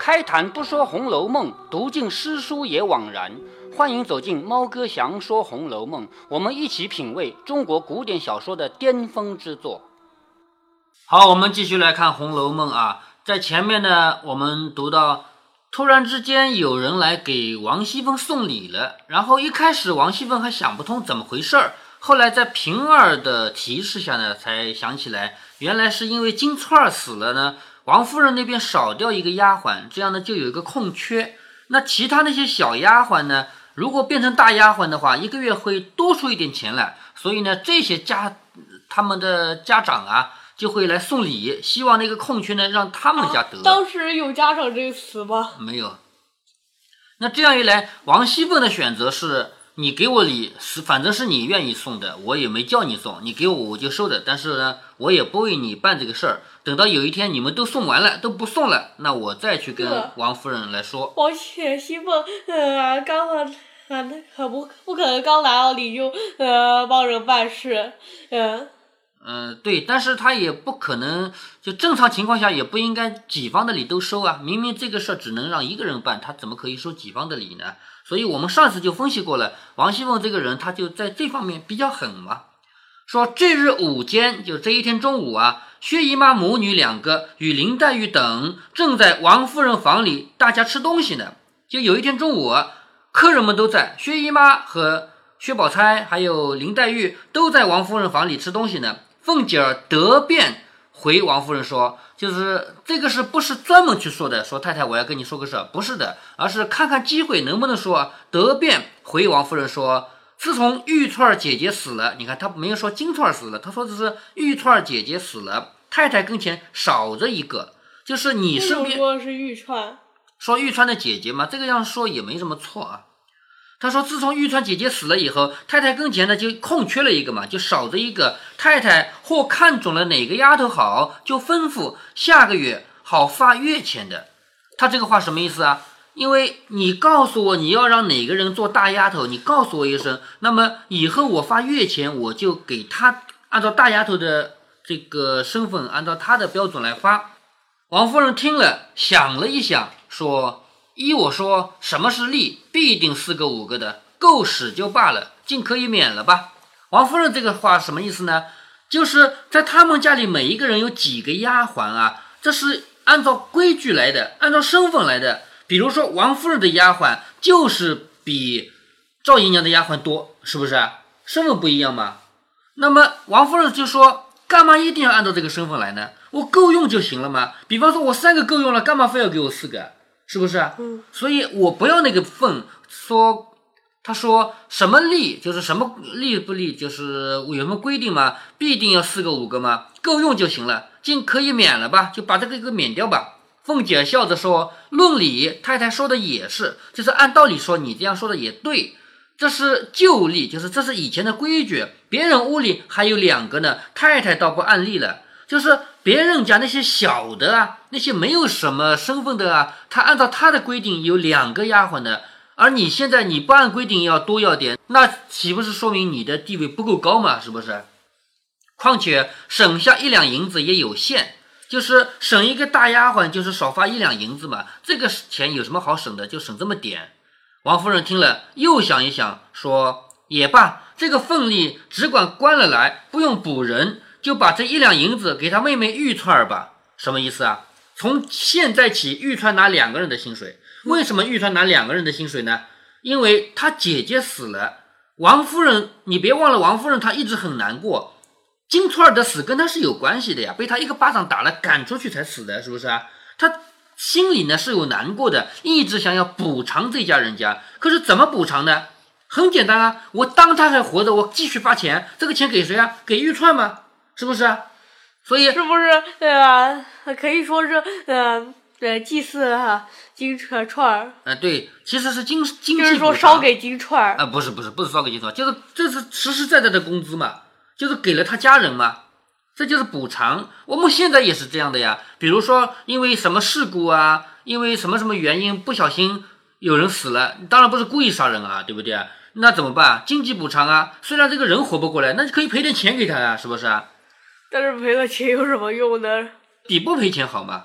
开坛不说《红楼梦》，读尽诗书也枉然。欢迎走进猫哥祥说《红楼梦》，我们一起品味中国古典小说的巅峰之作。 好，我们继续来看《红楼梦》啊。在前面呢，我们读到突然之间有人来给王熙凤送礼了，然后一开始王熙凤还想不通怎么回事儿，后来在平儿的提示下呢，才想起来原来是因为金钏死了呢，王夫人那边少掉一个丫鬟，这样呢就有一个空缺。那其他那些小丫鬟呢，如果变成大丫鬟的话，一个月会多出一点钱来，所以呢这些他们的家长啊就会来送礼，希望那个空缺呢让他们家得。 当时有家长这个词吗？ 没有。那这样一来，王熙凤的选择是你给我礼，反正是你愿意送的，我也没叫你送，你给我就收的，但是呢我也不为你办这个事儿，等到有一天你们都送完了都不送了，那我再去跟王夫人来说。 王熙凤刚不可能刚拿到礼就帮人办事。 对，但是他也不可能，就正常情况下也不应该几方的礼都收啊，明明这个事只能让一个人办，他怎么可以收几方的礼呢？所以我们上次就分析过了，王熙凤这个人他就在这方面比较狠嘛。说这日午间，就这一天中午啊，薛姨妈母女两个与林黛玉等正在王夫人房里大家吃东西呢。就有一天中午啊，客人们都在，薛姨妈和薛宝钗还有林黛玉都在王夫人房里吃东西呢。凤姐儿得便回王夫人说，就是这个是不是专门去说的，说太太我要跟你说个事儿，不是的，而是看看机会能不能说。得便回王夫人说，自从玉钏姐姐死了，你看他没有说金钏死了，他说的是玉钏姐姐死了，太太跟前少着一个，就是你身边说是玉钏， 说玉钏的姐姐嘛，这个样说也没什么错啊。他说自从玉钏姐姐死了以后，太太跟前呢就空缺了一个嘛，就少着一个，太太或看中了哪个丫头好，就吩咐下个月好发月钱的。他这个话什么意思啊？因为你告诉我你要让哪个人做大丫头，你告诉我一声，那么以后我发月钱我就给他按照大丫头的这个身份，按照他的标准来发。王夫人听了想了一想，说依我说，什么是利，必定4个5个的，够使就罢了，尽可以免了吧。王夫人这个话什么意思呢？就是在他们家里每一个人有几个丫鬟啊，这是按照规矩来的，按照身份来的。比如说王夫人的丫鬟就是比赵姨娘的丫鬟多，是不是啊？身份不一样嘛。那么王夫人就说，干嘛一定要按照这个身份来呢？我够用就行了嘛。比方说我3个够用了，干嘛非要给我4个？是不是？所以我不要那个份。他说什么利，就是什么利不利，就是有什么规定吗？必定要4个5个吗？够用就行了，尽可以免了吧，就把这个给免掉吧。凤姐笑着说，论理太太说的也是，就是按道理说你这样说的也对，这是旧例，就是这是以前的规矩，别人屋里还有2个呢，太太倒不按例了，就是别人家那些小的啊，那些没有什么身份的啊，他按照他的规定有2个丫鬟的，而你现在你不按规定要多要点，那岂不是说明你的地位不够高嘛？是不是？况且省下1两银子也有限，就是省一个大丫鬟就是少发1两银子嘛，这个钱有什么好省的，就省这么点。王夫人听了又想一想，说也罢，这个份例只管关了来，不用补人，就把这1两银子给他妹妹玉钏吧。什么意思啊？从现在起玉钏拿2个人的薪水。为什么玉钏拿2个人的薪水呢？因为她姐姐死了，王夫人你别忘了，王夫人她一直很难过，金钏的死跟她是有关系的呀，被她一个巴掌打了赶出去才死的，是不是啊？她心里呢是有难过的，一直想要补偿这家人家，可是怎么补偿呢？很简单啊，我当她还活着，我继续发钱，这个钱给谁啊？给玉钏吗？是不是啊？所以是不是可以说是祭祀金钏对，其实是经济就是说烧给金钏不是烧给金钏，就是这是实实在在的工资嘛，就是给了他家人嘛，这就是补偿。我们现在也是这样的呀，比如说因为什么事故啊，因为什么原因不小心有人死了，当然不是故意杀人啊，对不对？那怎么办？经济补偿啊，虽然这个人活不过来，那就可以赔点钱给他啊，是不是啊？ 但是赔了钱有什么用呢？ 比不赔钱好吗？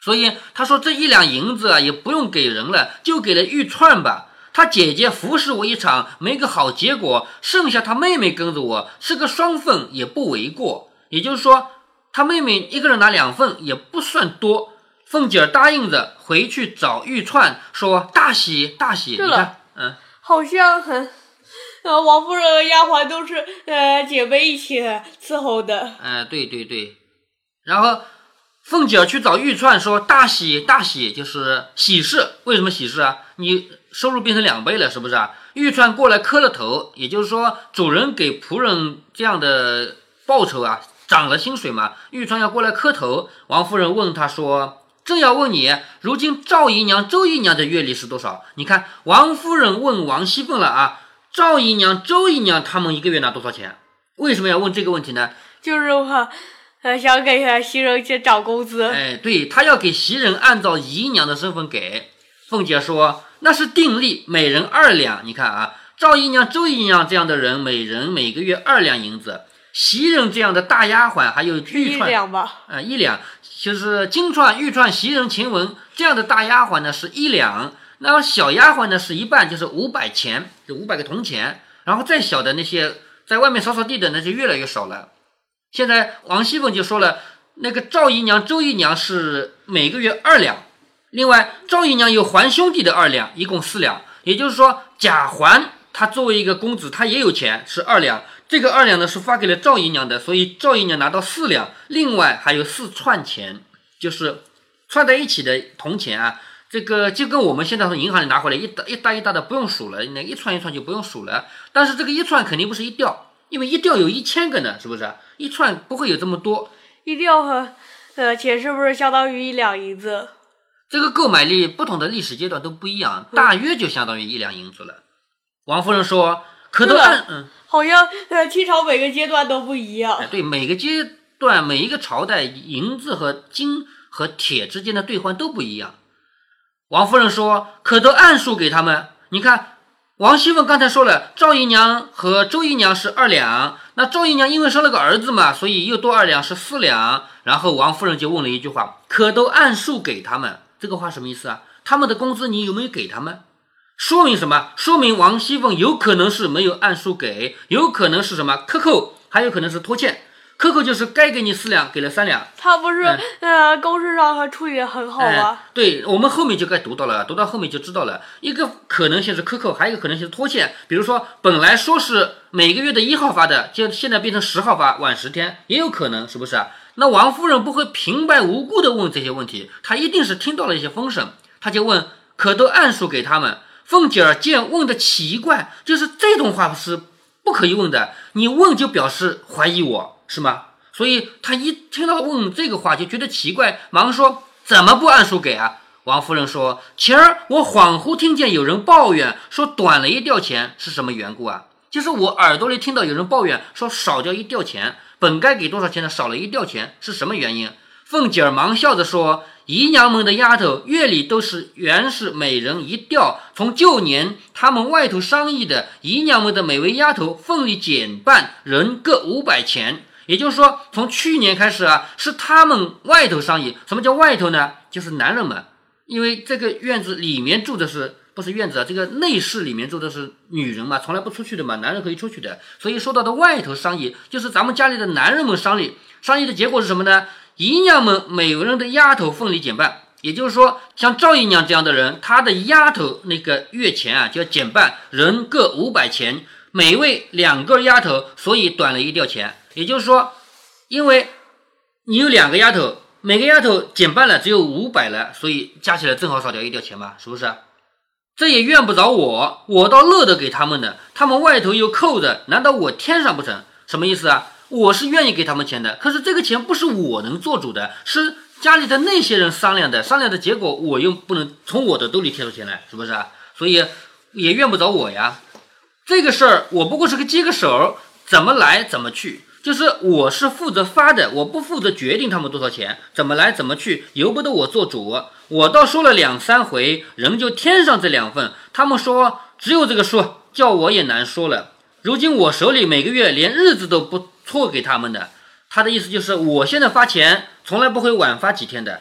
所以他说这1两银子啊也不用给人了，就给了玉串吧。他姐姐服侍我一场，没个好结果，剩下他妹妹跟着我，是个双份也不为过。也就是说，他妹妹一个人拿2份也不算多。凤姐答应着回去找玉串，说大喜大喜。你看， 好像王夫人和丫鬟都是姐妹一起伺候的。 对对对。然后凤姐去找玉串说大喜大喜，就是喜事。为什么喜事啊？你收入变成2倍了，是不是啊？玉串过来磕了头，也就是说主人给仆人这样的报酬啊，涨了薪水嘛。玉串要过来磕头，王夫人问他说，正要问你，如今赵姨娘、周姨娘的月例是多少？你看，王夫人问王熙凤了啊，赵姨娘、周姨娘他们一个月拿多少钱？为什么要问这个问题呢？ 就是想给袭人去涨工资。 对，他要给袭人按照姨娘的身份给。凤姐说那是定例，每人2两。你看啊，赵姨娘、周姨娘这样的人，每人每个月2两银子。袭人这样的大丫鬟，还有玉串 1两吧 ，1两，就是金钏、玉钏、袭人、晴雯这样的大丫鬟呢是1两，那小丫鬟呢是1半，就是500钱，就500个铜钱。然后再小的那些在外面扫扫地的那就越来越少了。现在王熙凤就说了，那个赵姨娘、周姨娘是每个月2两，另外赵姨娘有还兄弟的2两，一共4两。也就是说贾环他作为一个公子，他也有钱，是2两。这个2两呢是发给了赵姨娘的，所以赵姨娘拿到4两，另外还有4串钱，就是串在一起的铜钱啊。这个就跟我们现在从银行里拿回来一大一大的不用数了，那一串一串就不用数了。但是这个一串肯定不是一吊，因为一吊有1000个呢，是不是？一串不会有这么多。 一吊和钱是不是相当于1两银子？ 这个购买力不同的历史阶段都不一样，大约就相当于1两银子了。王夫人说可都按好像清朝每个阶段都不一样。 对，每个阶段每一个朝代银子和金和铁之间的兑换都不一样。王夫人说可都按数给他们。你看王熙凤刚才说了，赵姨娘和周姨娘是2两，那赵姨娘因为生了个儿子嘛，所以又多2两是4两。然后王夫人就问了一句话，可都按数给他们。这个话什么意思啊？他们的工资你有没有给他们？说明什么？说明王熙凤有可能是没有按数给，有可能是什么克扣，还有可能是拖欠。克扣就是该给你4两，给了3两。 他不是公事上还处理得很好吗？ 对，我们后面就该读到了，读到后面就知道了。一个可能性是克扣，还有一个可能性是拖欠。比如说本来说是每个月的1号发的，就现在变成10号发，晚10天，也有可能，是不是啊？那王夫人不会平白无故的问这些问题，她一定是听到了一些风声，她就问可都按数给他们。凤姐儿见问的奇怪，就是这种话是不可以问的，你问就表示怀疑我，是吗？所以她一听到问这个话就觉得奇怪，忙说怎么不按数给啊？王夫人说前儿我恍惚听见有人抱怨说短了1吊钱，是什么缘故啊？就是我耳朵里听到有人抱怨说少掉1吊钱，本该给多少钱呢？少了1吊钱，是什么原因？凤姐儿忙笑着说姨娘们的丫头月里都是原是每人1吊，从旧年他们外头商议的，姨娘们的每位丫头份里减半，人各500钱。也就是说从去年开始啊，是他们外头商议。什么叫外头呢？就是男人们，因为这个院子里面住的是不是院子啊？这个内室里面住的是女人嘛，从来不出去的嘛，男人可以出去的。所以说到的外头商议，就是咱们家里的男人们商议。商议的结果是什么呢？姨娘们每个人的丫头份里减半，也就是说像赵姨娘这样的人，她的丫头那个月钱啊就要减半，人各500钱，每位2个丫头，所以短了1吊钱。也就是说因为你有2个丫头，每个丫头减半了，只有500了，所以加起来正好少掉1吊钱嘛，是不是？这也怨不着我，我倒乐得给他们的，他们外头又扣着，难道我添上不成？什么意思啊？我是愿意给他们钱的，可是这个钱不是我能做主的，是家里的那些人商量的，商量的结果我又不能从我的兜里贴出钱来，是不是啊？所以也怨不着我呀。这个事儿我不过是个接个手，怎么来怎么去，就是我是负责发的，我不负责决定他们多少钱，怎么来怎么去，由不得我做主。我倒说了2、3回，人就添上这2份，他们说只有这个数，叫我也难说了。如今我手里每个月连日子都不错给他们的，他的意思就是我现在发钱从来不会晚发几天的，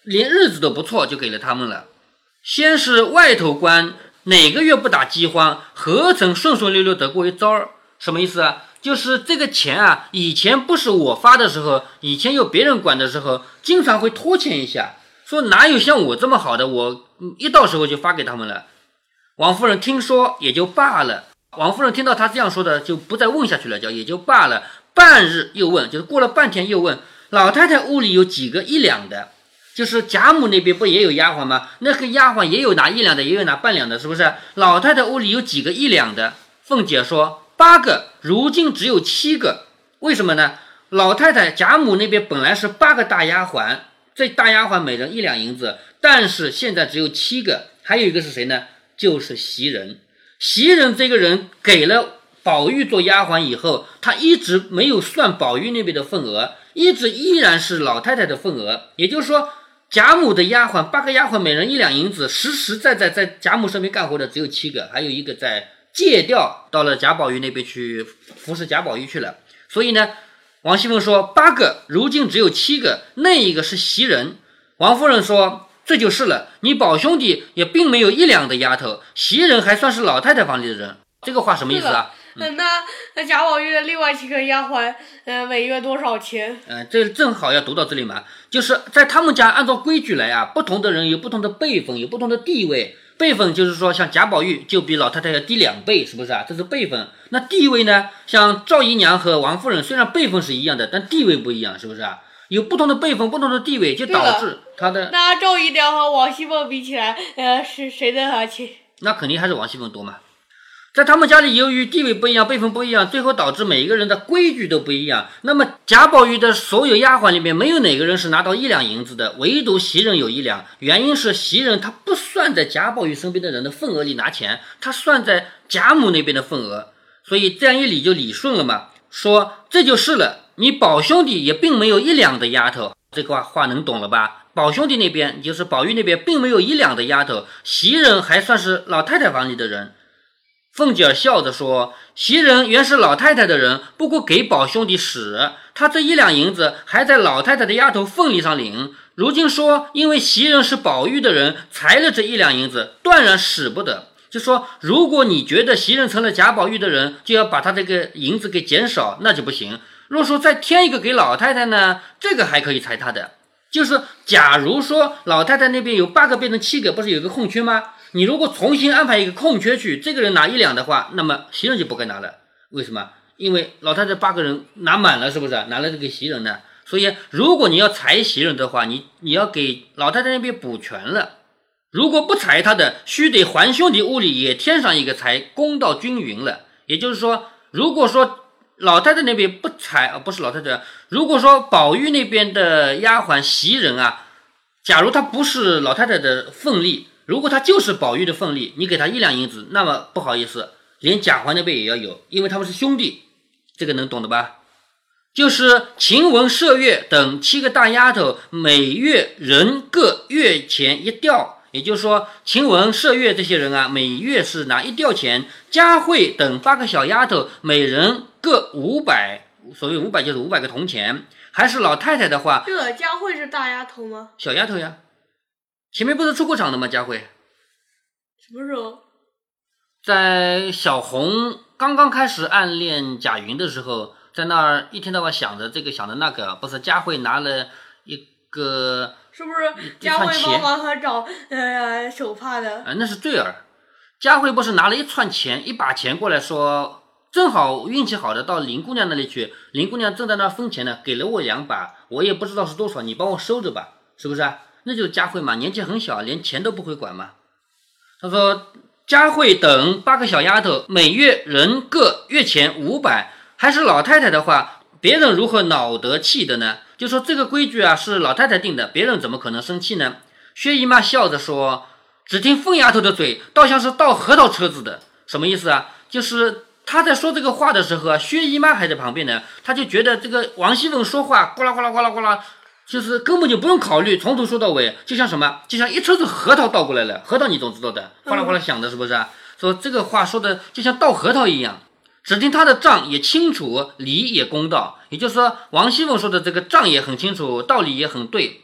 连日子都不错就给了他们了。先是外头官，哪个月不打饥荒，何曾顺顺溜溜得过一遭儿？什么意思啊？就是这个钱啊，以前不是我发的时候，以前有别人管的时候，经常会拖欠一下，说哪有像我这么好的，我一到时候就发给他们了。王夫人听说也就罢了，王夫人听到他这样说的，就不再问下去了，也就罢了。半日又问，就是过了半天又问，老太太屋里有几个1两的？就是贾母那边不也有丫鬟吗？那个丫鬟也有拿1两的，也有拿半两的，是不是？老太太屋里有几个1两的？凤姐说8个，如今只有7个。为什么呢？老太太贾母那边本来是8个大丫鬟，这大丫鬟每人1两银子，但是现在只有7个。还有一个是谁呢？就是袭人。袭人这个人给了宝玉做丫鬟以后，他一直没有算宝玉那边的份额，依然是老太太的份额。也就是说，贾母的丫鬟8个丫鬟每人1两银子，实实在在在贾母身边干活的只有7个，还有一个在借调到了贾宝玉那边去服侍贾宝玉去了。所以呢，王熙凤说8个，如今只有7个，那一个是袭人。王夫人说这就是了，你宝兄弟也并没有1两的丫头，袭人还算是老太太房里的人。这个话什么意思啊？ 那贾宝玉的另外7个丫鬟，每月多少钱？ 这正好要读到这里嘛，就是在他们家按照规矩来啊，不同的人有不同的辈分，有不同的地位。辈分就是说，像贾宝玉就比老太太要低2倍，是不是啊？这是辈分。那地位呢？像赵姨娘和王夫人虽然辈分是一样的，但地位不一样，是不是啊？有不同的辈分，不同的地位，就导致他的。 那赵姨娘和王熙凤比起来，是谁的钱？ 那肯定还是王熙凤多嘛。在他们家里，由于地位不一样，辈分不一样，最后导致每一个人的规矩都不一样。那么贾宝玉的所有丫鬟里面，没有哪个人是拿到1两银子的，唯独袭人有1两。原因是袭人她不算在贾宝玉身边的人的份额里拿钱，她算在贾母那边的份额，所以这样一理就理顺了嘛。说这就是了，你宝兄弟也并没有1两的丫头，这个话能懂了吧？宝兄弟那边就是宝玉那边并没有1两的丫头，袭人还算是老太太房里的人。凤姐笑着说，袭人原是老太太的人，不过给宝兄弟使，他这1两银子还在老太太的丫头份里上领，如今说因为袭人是宝玉的人，裁了这1两银子，断然使不得。就说如果你觉得袭人成了贾宝玉的人，就要把他这个银子给减少，那就不行。若说再添一个给老太太呢，这个还可以裁他的。就是假如说老太太那边有8个变成7个，不是有个空缺吗？你如果重新安排一个空缺去，这个人拿1两的话，那么袭人就不该拿了。为什么？因为老太太8个人拿满了，是不是？拿了这个袭人呢？所以如果你要裁袭人的话，你要给老太太那边补全了。如果不裁他的，须得还兄弟屋里也添上一个，才公道均匀了。也就是说，如果说老太太那边不裁，不是老太太，如果说宝玉那边的丫鬟袭人啊，假如她不是老太太的份例，如果他就是宝玉的份例，你给他1两银子，那么不好意思，连贾环那边也要有，因为他们是兄弟，这个能懂的吧？就是晴雯、麝月等7个大丫头，每月人各月钱1吊，也就是说晴雯、麝月这些人啊，每月是拿1吊钱。佳慧等8个小丫头，每人各500，所谓500就是500个铜钱。还是老太太的话， 这佳慧是大丫头吗？ 小丫头呀。前面不是出过场的吗？佳慧什么时候？ 在小红刚刚开始暗恋贾云的时候，在那儿一天到晚想着这个想着那个，不是佳慧拿了一个， 是不是佳慧帮忙他找手帕的？ 那是坠儿。佳慧不是拿了1串钱，一把钱过来说，正好运气好的到林姑娘那里去，林姑娘正在那分钱呢，给了我2把，我也不知道是多少，你帮我收着吧，是不是啊？那就是佳慧嘛，年纪很小，连钱都不会管嘛。他说佳慧等8个小丫头，每月人各月钱500，还是老太太的话，别人如何恼得气的呢？就说这个规矩啊是老太太定的，别人怎么可能生气呢？薛姨妈笑着说，只听凤丫头的嘴倒像是倒核桃车子的。什么意思啊？就是她在说这个话的时候啊，薛姨妈还在旁边呢，她就觉得这个王熙凤说话呱啦呱啦呱啦呱啦，就是根本就不用考虑，从头说到尾，就像什么，就像一车子核桃倒过来了。核桃你总知道的，哗啦哗啦响的，是不是啊？说这个话说的就像倒核桃一样。只听他的账也清楚，理也公道，也就是说王熙凤说的这个账也很清楚，道理也很对。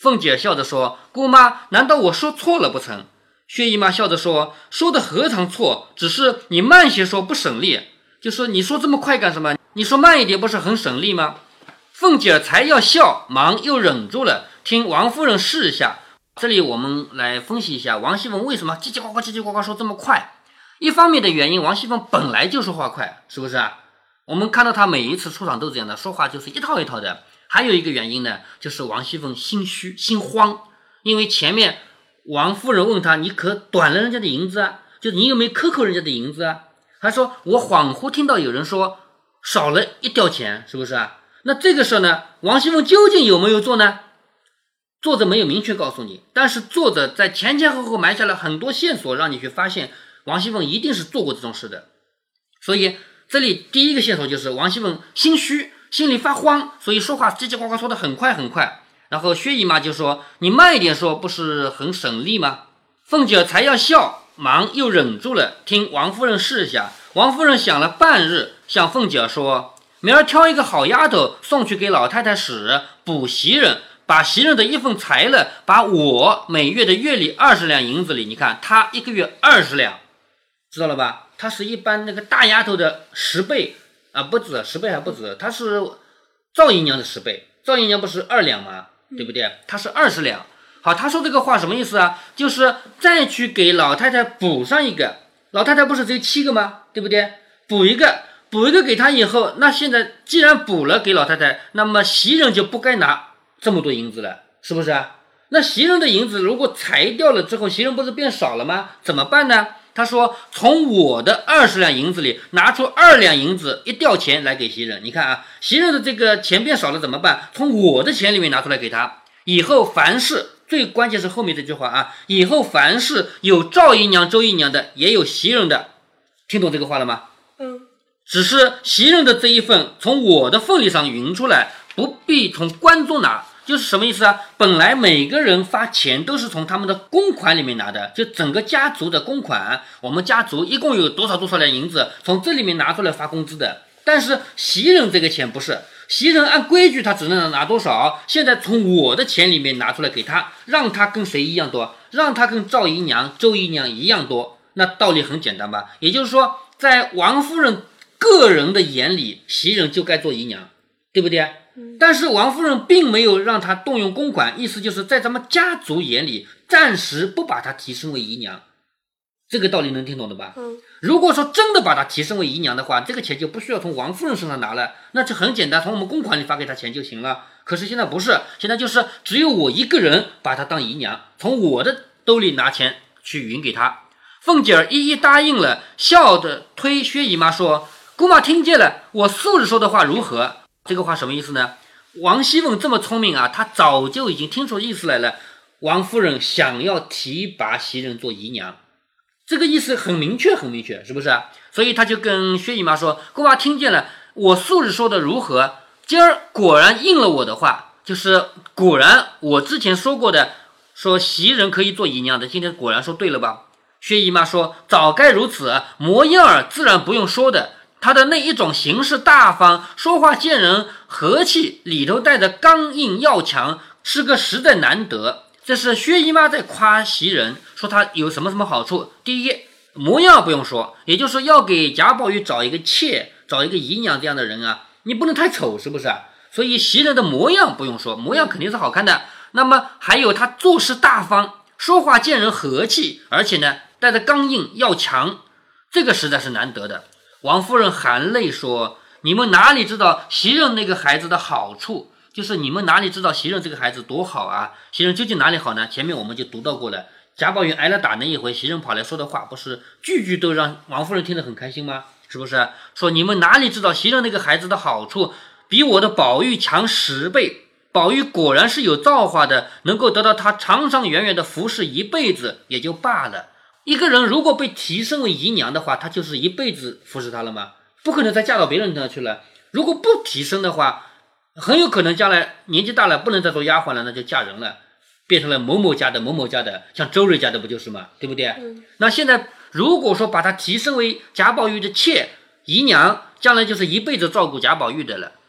凤姐笑着说：姑妈，难道我说错了不成？薛姨妈笑着说：说的何尝错，只是你慢些说不省力。就说你说这么快干什么？你说慢一点不是很省力吗？凤姐才要笑，忙又忍住了，听王夫人试一下。这里我们来分析一下王熙凤为什么叽叽呱呱叽叽呱呱说这么快。一方面的原因，王熙凤本来就说话快，是不是啊？我们看到她每一次出场都这样的，说话就是一套一套的。还有一个原因呢，就是王熙凤心虚心慌，因为前面王夫人问她，你可短了人家的银子啊？就是你有没有克扣人家的银子啊？还说我恍惚听到有人说少了1吊钱，是不是啊？那这个事呢，王熙凤究竟有没有做呢？作者没有明确告诉你，但是作者在前前后后埋下了很多线索，让你去发现王熙凤一定是做过这种事的。所以这里第一个线索就是王熙凤心虚，心里发慌，所以说话叽叽呱呱说的很快很快。然后薛姨妈就说：你慢一点说不是很省力吗？凤姐才要笑，忙又忍住了，听王夫人试一下。王夫人想了半日，向凤姐说：明儿挑一个好丫头送去给老太太使，补袭人，把袭人的一份裁了，把我每月的月例20两银子里，你看她1个月20两，知道了吧？她是一般那个大丫头的10倍啊，不止10倍还不止，她是赵姨娘的10倍，赵姨娘不是2两吗？对不对？她是20两。好，她说这个话什么意思啊？就是再去给老太太补上一个，老太太不是只有7个吗？对不对？补一个给她以后，那现在既然补了给老太太，那么袭人就不该拿这么多银子了，是不是啊？那袭人的银子如果裁掉了之后，袭人不是变少了吗？怎么办呢？他说从我的20两银子里拿出2两银子1吊钱来给袭人。你看啊，袭人的这个钱变少了怎么办？从我的钱里面拿出来给他。以后凡事，最关键是后面这句话啊，以后凡事有赵姨娘、周姨娘的，也有袭人的。听懂这个话了吗？只是袭人的这一份从我的份里上匀出来，不必从官中拿。就是什么意思啊？本来每个人发钱都是从他们的公款里面拿的，就整个家族的公款，我们家族一共有多少两银子，从这里面拿出来发工资的。但是袭人这个钱不是，袭人按规矩他只能拿多少，现在从我的钱里面拿出来给他，让他跟谁一样多？让他跟赵姨娘、周姨娘一样多。那道理很简单吧？也就是说，在王夫人个人的眼里，袭人就该做姨娘，对不对？但是王夫人并没有让她动用公款，意思就是在咱们家族眼里暂时不把她提升为姨娘，这个道理能听懂的吧？如果说真的把她提升为姨娘的话，这个钱就不需要从王夫人身上拿了，那就很简单，从我们公款里发给她钱就行了。可是现在不是，现在就是只有我一个人把她当姨娘，从我的兜里拿钱去匀给她。凤姐儿一一答应了，笑着推薛姨妈说：姑妈听见了，我素日说的话如何？这个话什么意思呢？王熙凤这么聪明啊，她早就已经听出意思来了。王夫人想要提拔袭人做姨娘，这个意思很明确，很明确，是不是啊？所以她就跟薛姨妈说：姑妈听见了，我素日说的如何？今儿果然应了我的话，就是果然我之前说过的，说袭人可以做姨娘的，今天果然说对了吧？薛姨妈说：早该如此，模样儿自然不用说的。他的那一种行事大方，说话见人和气，里头带着刚硬要强，是个实在难得。这是薛姨妈在夸袭人，说她有什么什么好处。第一，模样不用说，也就是要给贾宝玉找一个妾，找一个姨娘这样的人啊，你不能太丑，是不是？所以袭人的模样不用说，模样肯定是好看的。那么还有她做事大方，说话见人和气，而且呢带着刚硬要强，这个实在是难得的。王夫人含泪说：你们哪里知道袭人那个孩子的好处，就是你们哪里知道袭人这个孩子多好啊？袭人究竟哪里好呢？前面我们就读到过了，贾宝玉挨了打那一回，袭人跑来说的话，不是句句都让王夫人听得很开心吗？是不是？说你们哪里知道袭人那个孩子的好处，比我的宝玉强10倍。宝玉果然是有造化的，能够得到他长长远远的服侍一辈子也就罢了。一个人如果被提升为姨娘的话，他就是一辈子服侍他了吗？不可能再嫁到别人那去了。如果不提升的话，很有可能将来年纪大了不能再做丫鬟了，那就嫁人了，变成了某某家的某某家的，像周瑞家的不就是吗？对不对？那现在如果说把他提升为贾宝玉的妾姨娘，将来就是一辈子照顾贾宝玉的了。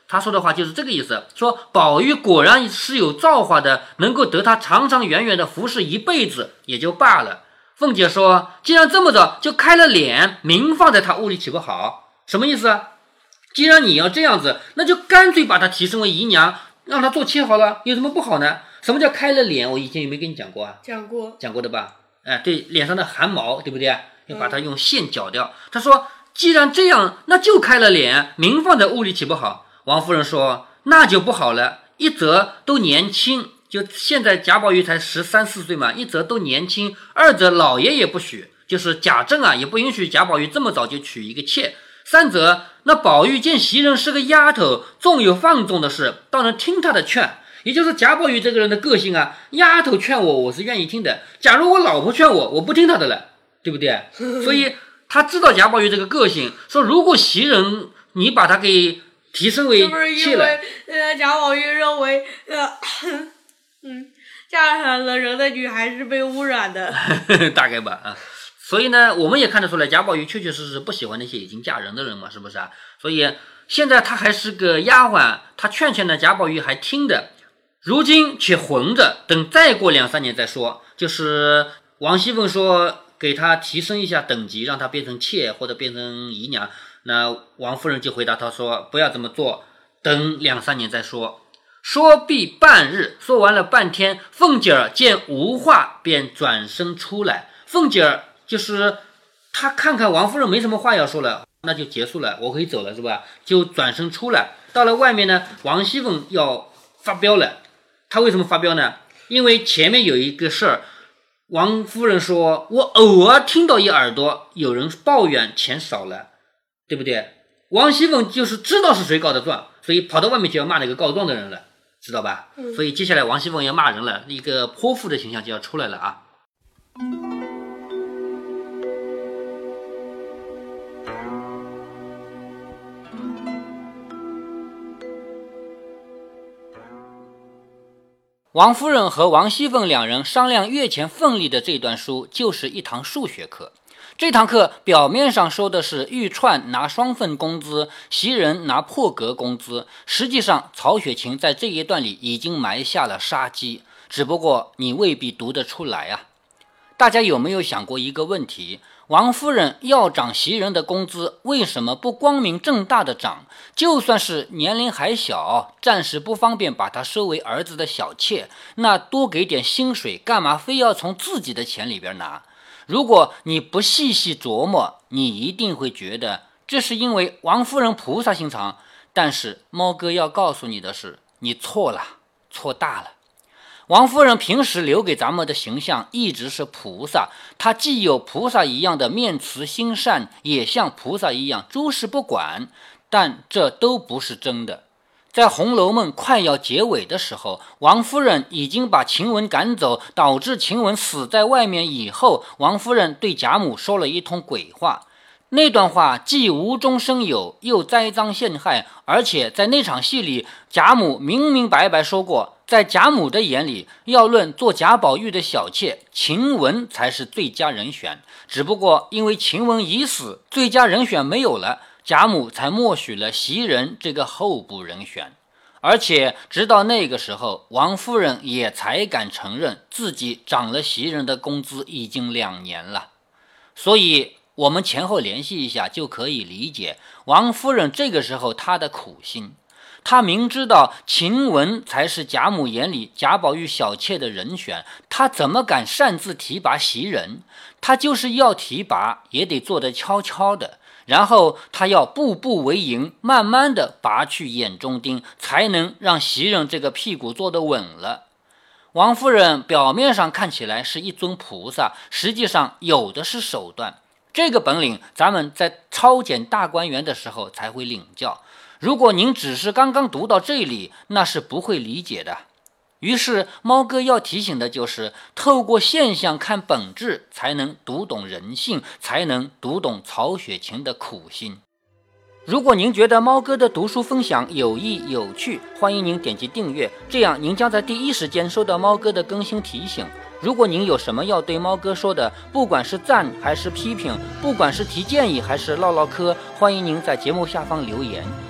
他说的话就是这个意思，说宝玉果然是有造化的，能够得他长长远远的服侍一辈子也就罢了。凤姐说，既然这么着，就开了脸，明放在他屋里岂不好？什么意思啊？既然你要这样子，那就干脆把他提升为姨娘，让他做妾好了，有什么不好呢？什么叫开了脸？我以前有没有跟你讲过啊？讲过的吧？对，脸上的汗毛，对不对？要把它用线绞掉。他说，既然这样，那就开了脸，明放在屋里岂不好？王夫人说，那就不好了，一则都年轻，就现在贾宝玉才13、14岁嘛，一则都年轻，二则老爷也不许，就是贾政啊也不允许贾宝玉这么早就娶一个妾。三则那宝玉见袭人是个丫头，纵有放纵的事，倒能听他的劝。也就是贾宝玉这个人的个性啊，丫头劝我是愿意听的，假如我老婆劝我不听他的了，对不对？所以他知道贾宝玉这个个性，说如果袭人你把他给提升为妾了， 是不是因为贾宝玉认为嫁上了人的女孩是被污染的大概吧啊。所以呢，我们也看得出来，贾宝玉确确实实不喜欢那些已经嫁人的人嘛，是不是啊？所以现在他还是个丫鬟，他劝呢，贾宝玉还听的。如今且混着，等再过2、3年再说。就是王熙凤说给他提升一下等级，让他变成妾或者变成姨娘。那王夫人就回答他说，不要这么做，等2、3年再说。说毕半日，说完了半天，凤姐儿见无话，便转身出来。凤姐儿就是她看看王夫人没什么话要说了，那就结束了，我可以走了，是吧？就转身出来。到了外面呢，王熙凤要发飙了。他为什么发飙呢？因为前面有一个事儿，王夫人说，我偶尔听到一耳朵有人抱怨钱少了，对不对？王熙凤就是知道是谁告的状，所以跑到外面就要骂那个告状的人了，知道吧？所以接下来王熙凤要骂人了，一个泼妇的形象就要出来了啊。 王夫人和王熙凤两人商量月前份例的这段书，就是一堂数学课。这堂课表面上说的是玉钏拿双份工资，袭人拿破格工资，实际上曹雪芹在这一段里已经埋下了杀机，只不过你未必读得出来啊。大家有没有想过一个问题？王夫人要涨袭人的工资，为什么不光明正大的涨？就算是年龄还小，暂时不方便把她收为儿子的小妾，那多给点薪水，干嘛非要从自己的钱里边拿？如果你不细细琢磨，你一定会觉得这是因为王夫人菩萨心肠。但是猫哥要告诉你的是，你错了，错大了。王夫人平时留给咱们的形象一直是菩萨，她既有菩萨一样的面慈心善，也像菩萨一样诸事不管，但这都不是真的。在《红楼梦》快要结尾的时候，王夫人已经把晴雯赶走，导致晴雯死在外面以后，王夫人对贾母说了一通鬼话。那段话既无中生有，又栽赃陷害，而且在那场戏里，贾母明明白白说过，在贾母的眼里，要论做贾宝玉的小妾，晴雯才是最佳人选。只不过因为晴雯已死，最佳人选没有了，贾母才默许了袭人这个候补人选。而且直到那个时候，王夫人也才敢承认自己涨了袭人的工资已经2年了。所以我们前后联系一下，就可以理解王夫人这个时候她的苦心。她明知道晴雯才是贾母眼里贾宝玉小妾的人选，她怎么敢擅自提拔袭人？她就是要提拔，也得做得悄悄的，然后她要步步为营，慢慢的拔去眼中钉，才能让袭人这个屁股坐得稳了。王夫人表面上看起来是一尊菩萨，实际上有的是手段。这个本领咱们在抄检大观园的时候才会领教，如果您只是刚刚读到这里，那是不会理解的。于是猫哥要提醒的就是，透过现象看本质，才能读懂人性，才能读懂曹雪芹的苦心。如果您觉得猫哥的读书分享有益有趣，欢迎您点击订阅，这样您将在第一时间收到猫哥的更新提醒。如果您有什么要对猫哥说的，不管是赞还是批评，不管是提建议还是唠唠嗑，欢迎您在节目下方留言。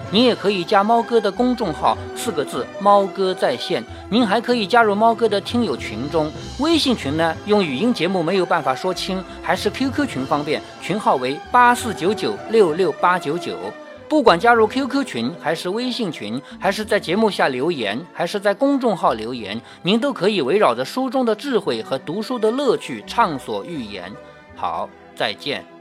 您也可以加猫哥的公众号，4个字猫哥在线。您还可以加入猫哥的听友群中，微信群呢用语音节目没有办法说清，还是 QQ 群方便，群号为8499668899。不管加入 QQ 群还是微信群，还是在节目下留言，还是在公众号留言，您都可以围绕着书中的智慧和读书的乐趣畅所欲言。好，再见。